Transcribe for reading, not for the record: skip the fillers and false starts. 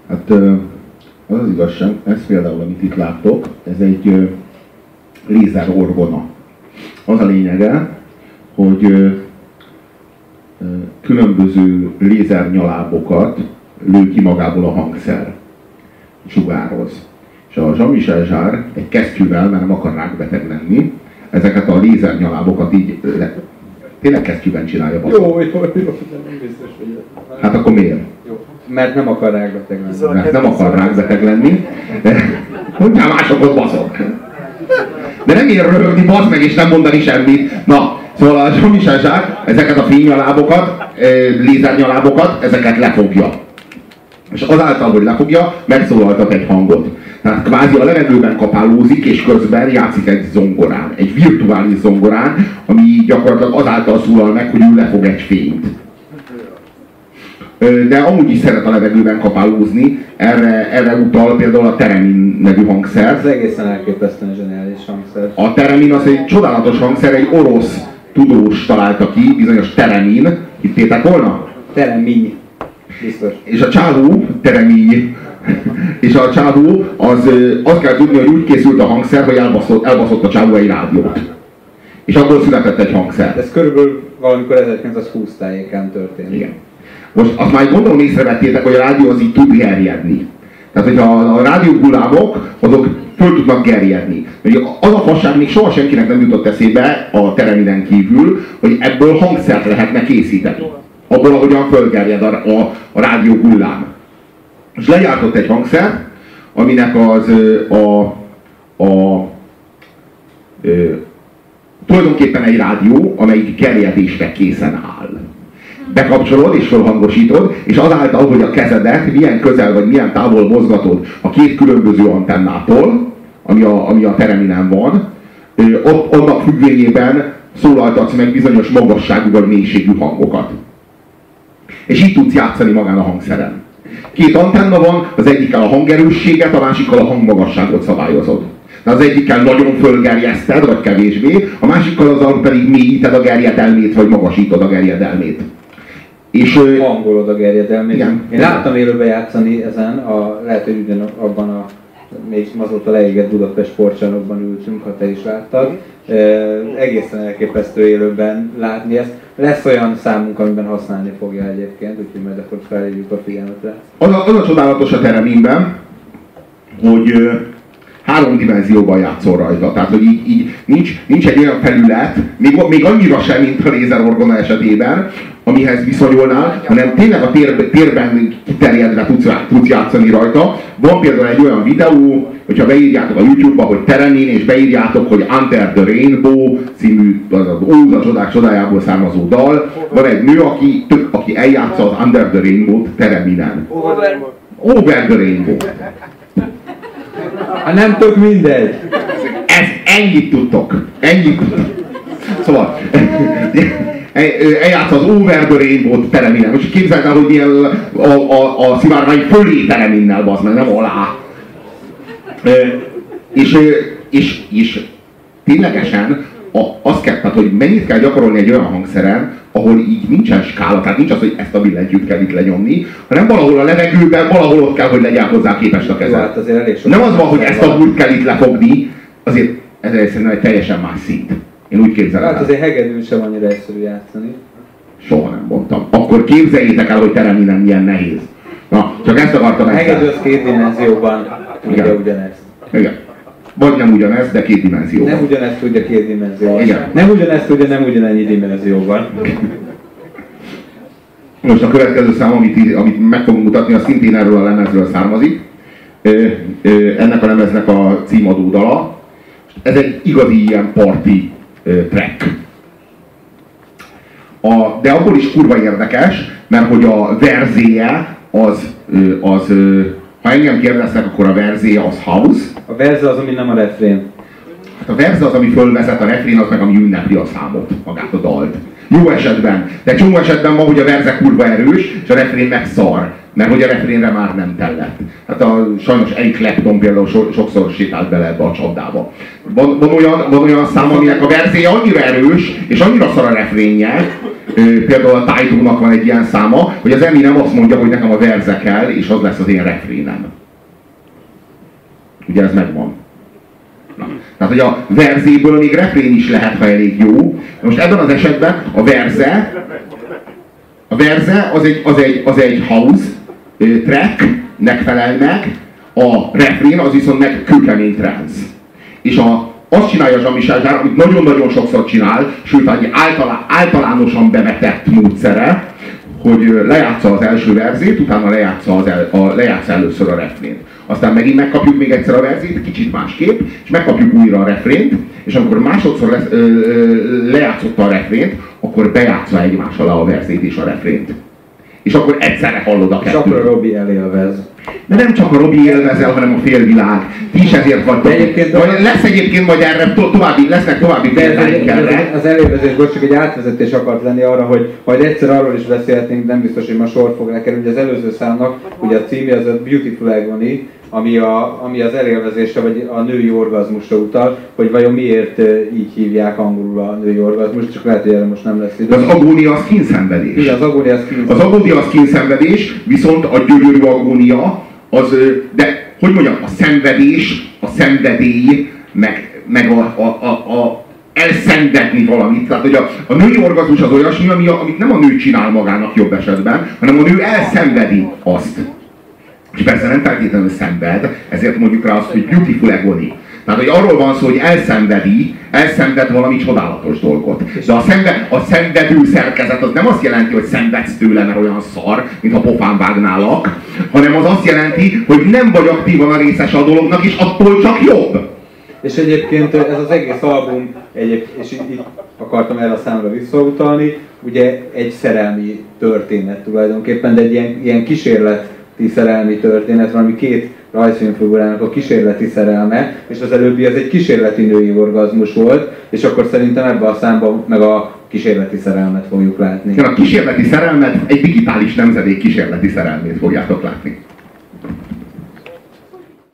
Hát az az igazság, ez például, amit itt láttok, ez egy lézer orgona. Az a lényege, hogy különböző lézernyalábokat lő ki magából a hangszer, sugároz. És a Jean-Michel Jarre egy kesztyűvel, mert nem akar rákbeteg lenni, ezeket a lézernyalábokat így tényleg kesztyűben csinálja. Jó, nem biztos, hogy... Hát akkor miért? Jó, mert nem akar rákbeteg lenni. Mert nem akar rákbeteg lenni. Mondjál másokot, baszok! De nem ér röhögni, baszd meg, és nem mondani semmit. Na, szóval a Jean-Michel Jarre ezeket a fénynyalábokat, lézernyalábokat, ezeket lefogja. És azáltal, hogy lefogja, megszólaltat egy hangot. Tehát kvázi a levegőben kapálózik, és közben játszik egy zongorán, egy virtuális zongorán, ami gyakorlatilag azáltal szólal meg, hogy ő lefog egy fényt. De amúgy is szeret a levegőben kapálózni, erre utal például a theremin nevű hangszer. Ez egészen elképesztően zseniális hangszer. A theremin az egy csodálatos hangszer, egy orosz tudós találta ki, bizonyos theremin. Hittétek volna? Theremin. Biztos. És a csávó, theremin, és a csávó, azt kell tudni, hogy úgy készült a hangszer, hogy elbaszott a csávó egy rádiót. És abból született egy hangszer. Ez körülbelül valamikor 1920 tájékán történt. Igen. Most azt már gondolom észrevettétek, hogy a rádió az így tud gerjedni. Tehát, hogy a rádiógullámok, azok föl tudnak gerjedni. Az a fasság még soha senkinek nem jutott eszébe a tereminen kívül, hogy ebből hangszert lehetne készíteni. Abból, ahogyan fölgerjed a rádiógullám. És legyártott egy hangszert, aminek tulajdonképpen egy rádió, amelyik gerjedésre készen áll. Bekapcsolod és felhangosítod, és azáltal, hogy a kezedet milyen közel vagy milyen távol mozgatod a két különböző antennától, ami a tereminen van, annak függvényében szólaltatsz meg bizonyos magasságú vagy mélységű hangokat. És így tudsz játszani magán a hangszeren. Két antenna van, az egyikkel a hangerősséget, a másikkal a hangmagasságot szabályozod. Az egyikkel nagyon fölgerjeszted, vagy kevésbé, a másikkal azzal pedig mélyíted a gerjedelmét, vagy magasítod a gerjedelmét. És hangolod a gerjedelmét. Igen. Én láttam élőben játszani ezen, lehet, hogy abban még azóta leégett Budapest sportcsarnokban ültünk, ha te is láttad. Egészen elképesztő élőben látni ezt. Lesz olyan számunk, amiben használni fogja egyébként, úgyhogy majd akkor felhívjuk a figyelmetre. Az a csodálatos a tereminben, hogy 3 dimenzióban játszol rajta. Tehát, hogy így nincs egy olyan felület, még annyira sem, mint a lézerorgona esetében, amihez viszonyulnál, hanem tényleg a térben kiterjedve tudsz játszani rajta. Van például egy olyan videó, hogyha beírjátok a YouTube-ba, hogy Theremin, és beírjátok, hogy Under the Rainbow című, az Óz a csodák csodájából származó dal, van egy nő, aki eljátsza az Under the Rainbow-t Thereminen. Over the Rainbow. Hát nem tök mindegy. Ennyit tudtok. Szóval eljátsz az Over the Rainbow-t Thereminen. Most képzeld el, hogy milyen a szivárvány fölé Thereminnel, bazd meg, nem alá. És ténylegesen azt kell, tehát, hogy mennyit kell gyakorolni egy olyan hangszeren, ahol így nincsen skála, tehát nincs az, hogy ezt a billentyűt kell itt lenyomni, hanem valahol a levegőben, valahol ott kell, hogy legyen hozzá képest a kezed. Hát azért elég sok. Nem az van, hogy ezt a burt kell itt lefogni, azért ez szerintem egy teljesen más szint. Én úgy képzelem el. Hát azért hegedűn sem annyira egyszerű játszani. Soha nem mondtam. Akkor képzeljétek el, hogy Thereminen milyen nehéz. Na, csak ezt akartam a hegedű az 2 dimenzióban tudja ugyanezt. Igen. Vagy nem ugyanez, de 2 dimenzióban. Nem ugyanezt tudja 2 dimenzióban. Igen. Nem ugyanezt tudja, nem ugyanennyi dimenzióban. Most a következő szám, amit meg fogunk mutatni, az szintén erről a lemezről származik. Ennek a lemeznek a címadó dala. Ez egy igazi ilyen party track. De abból is kurva érdekes, mert hogy a verzéje az ha engem kérdeztek, akkor a verzéje az house. A verze az, ami nem a refrén. Hát a verze az, ami fölvezet, a refrén az meg, ami ünnepli a számot, magát a dalt. Jó esetben. De csomó esetben van, hogy a verze kurva erős, és a refrén meg szar. Mert hogy a refrénre már nem tellett. Hát sajnos Eric Clapton például sokszor sétált bele ebbe a csapdába. Van olyan szám, aminek a verzéje annyira erős, és annyira szar a refrénje, például a Tidónak van egy ilyen száma, hogy az Eminem azt mondja, hogy nekem a verze kell, és az lesz az én refrénem. Ugye ez megvan. Na. Tehát, hogy a verzéből még refrén is lehet, ha elég jó. Most ebben az esetben a verze az egy house tracknek felel meg, a refrén az viszont meg kőkemény trance. És azt csinálja Jean-Michel Jarre, amit nagyon-nagyon sokszor csinál, sőt, egy általánosan bevetett módszere, hogy lejátsza az első verzét, utána lejátsza először a refrént. Aztán megint megkapjuk még egyszer a verzét, kicsit másképp, és megkapjuk újra a refrént, és amikor másodszor lejátszotta a refrént, akkor bejátsza egymás alá a verzét és a refrént. És akkor egyszerre hallod a kettőt. És akkor a Robi elélvez. De nem csak a Robi élvezel, hanem a félvilág. Ti is ezért vagytok. Lesz egyébként majd erre lesznek további példáink erre. Az elélvezés csak egy átvezetés akart lenni arra, hogy majd egyszer arról is beszélhetnénk, nem biztos, hogy ma sor fog lekerülni. Az előző számnak, ugye a címje az a Beautiful Agony, ami az elélvezésre, vagy a női orgazmusra utal, hogy vajon miért így hívják angolul a női orgazmust, csak lehet, hogy erre most nem lesz idő. Az agónia az kínszenvedés. Igen, az agónia az kínszenvedés. Az agónia az kínszenvedés, viszont a gyönyörű agónia az, de hogy mondjam, a szenvedés, a szenvedély, meg a elszenvedni valamit. Tehát, hogy a női orgazmus az olyasmi, amit nem a nő csinál magának jobb esetben, hanem a nő elszenvedi azt. És persze nem feltétlenül szenved, ezért mondjuk rá azt, hogy beautiful agony. Tehát, hogy arról van szó, hogy elszenved valami csodálatos dolgot. De a szenvedő szerkezet az nem azt jelenti, hogy szenvedsz tőle, mert olyan szar, mintha pofán vágnálak, hanem az azt jelenti, hogy nem vagy aktívan a részese a dolognak, és attól csak jobb. És egyébként ez az egész album, és itt akartam erre a számra visszautalni, ugye egy szerelmi történet tulajdonképpen, de egy ilyen kísérleti szerelmi történet, valami két rajzfilmfigurának a kísérleti szerelme, és az előbbi az egy kísérleti női orgazmus volt, és akkor szerintem ebben a számban meg a kísérleti szerelmet fogjuk látni. Igen, a kísérleti szerelmet, egy digitális nemzedék kísérleti szerelmét fogjátok látni.